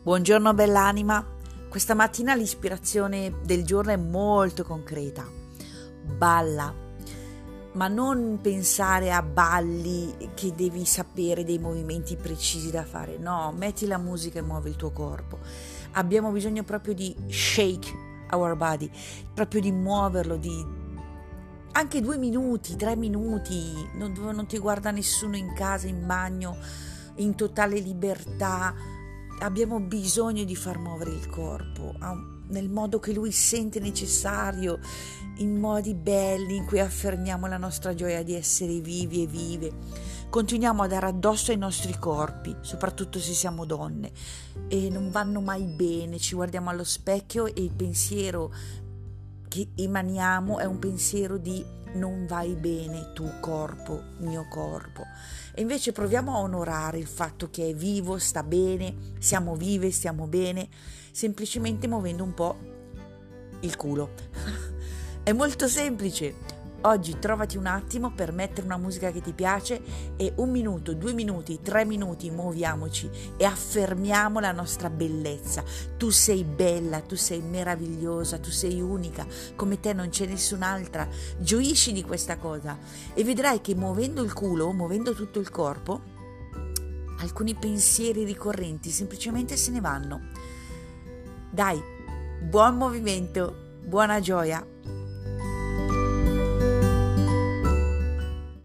Buongiorno bell'anima, questa mattina l'ispirazione del giorno è molto concreta. Balla, ma non pensare a balli che devi sapere dei movimenti precisi da fare, no, metti la musica e muovi il tuo corpo. Abbiamo bisogno proprio di shake our body, proprio di muoverlo, di anche 2 minuti, 3 minuti, dove non ti guarda nessuno in casa, in bagno, in totale libertà. Abbiamo bisogno di far muovere il corpo nel modo che lui sente necessario, in modi belli in cui affermiamo la nostra gioia di essere vivi e vive. Continuiamo a dare addosso ai nostri corpi, soprattutto se siamo donne, e non vanno mai bene. Ci guardiamo allo specchio e il pensiero che emaniamo è un pensiero di non vai bene tu corpo, mio corpo. E invece proviamo a onorare il fatto che è vivo, sta bene, siamo vive, stiamo bene, semplicemente muovendo un po' il culo. È molto semplice. Oggi trovati un attimo per mettere una musica che ti piace e 1 minuto, 2 minuti, 3 minuti muoviamoci e affermiamo la nostra bellezza. Tu sei bella, tu sei meravigliosa, tu sei unica, come te non c'è nessun'altra. Gioisci di questa cosa e vedrai che muovendo il culo, muovendo tutto il corpo, alcuni pensieri ricorrenti semplicemente se ne vanno. Dai, buon movimento, buona gioia.